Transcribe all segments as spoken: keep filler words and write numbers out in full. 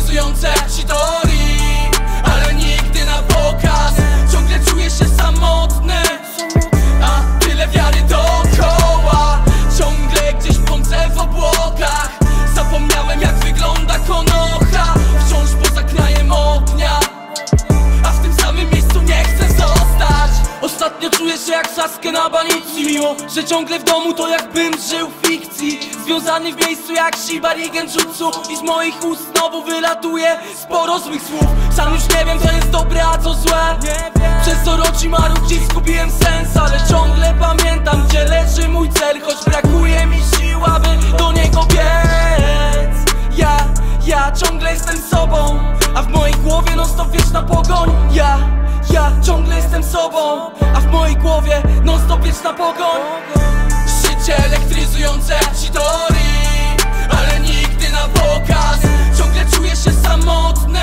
elektryzujące teorii, ale nigdy na pokaz. Ciągle czuję się samotny, a tyle wiary dookoła. Ciągle gdzieś błądzę w obłokach. Zapomniałem, jak wygląda konocha. Wciąż poza krajem ognia, a w tym samym miejscu nie chcę zostać. Ostatnio czuję się jak Sasuke na banicji, mimo że ciągle w domu to jakbym żył w fikcji. Związany w miejscu jak Shibari Genjutsu i z moich ust znowu wylatuje sporo złych słów. Sam już nie wiem, co jest dobre, a co złe. Przez Orochimaru gdzieś zgubiłem sens, ale ciągle pamiętam, gdzie leży mój cel. Choć brakuje mi sił, aby do niego biec. Ja, ja ciągle jestem sobą, a w mojej głowie non stop wieczna pogoń. Ja, ja ciągle jestem sobą, a w mojej głowie non stop wieczna pogoń. Życie elektryzujące teorii, ale nigdy na pokaz. Ciągle czuję się samotny,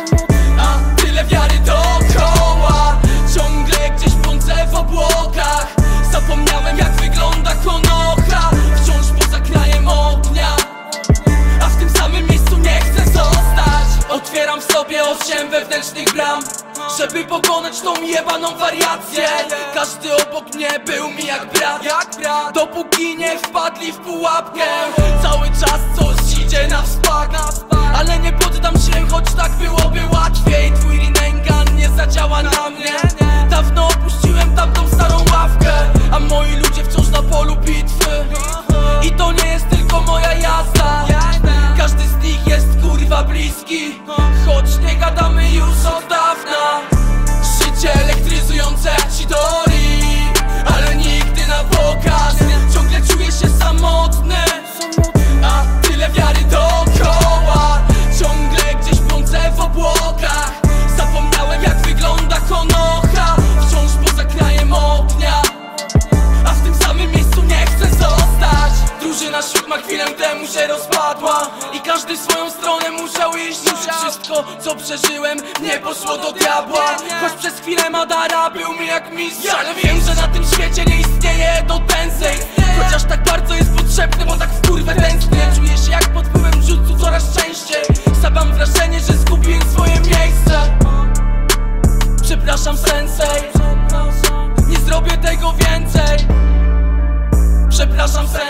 a tyle wiary dookoła. Ciągle gdzieś błądzę w obłokach. Zapomniałem, jak wygląda konocha. Wciąż poza krajem ognia, a w tym samym miejscu nie chcę zostać. Otwieram w sobie osiem wewnętrznych bram, żeby pokonać tą jebaną wariację. Każdy obok mnie był mi jak brat, jak brat, dopóki nie wpadli w pułapkę. Cały czas coś idzie na wspak, ale nie poddam się, choć tak byłoby łatwiej. Twój Rinnegan nie zadziała na mnie. Dawno opuściłem tamtą starą ławkę, a moi ludzie wciąż na polu bitwy. I to nie jest tylko moja jazda, każdy z nich jest kurwa bliski, choć nie gadamy już od dawna. Życie elektryzujące teorii, ale nigdy na pokaz. Ciągle czuję się samotny, a tyle wiary dookoła. Ciągle gdzieś błądzę w obłokach. Zapomniałem, jak wygląda konocha. Wciąż poza krajem ognia, a w tym samym miejscu nie chcę zostać. Drużyna siódma chwilę temu się rozpadła i każdy w swoją stronę musiał iść. Wszystko, co przeżyłem, nie poszło do diabła. Choć przez chwilę Madara był mi jak mistrz, ale wiem, że na tym świecie nie istnieje do Tensei. Chociaż tak bardzo jest potrzebny, bo tak w kurwę tęsknię. Czuję się jak pod wpływem jutsu coraz częściej. Sam mam wrażenie, że zgubiłem swoje miejsce. Przepraszam sensei, nie zrobię tego więcej. Przepraszam sensei.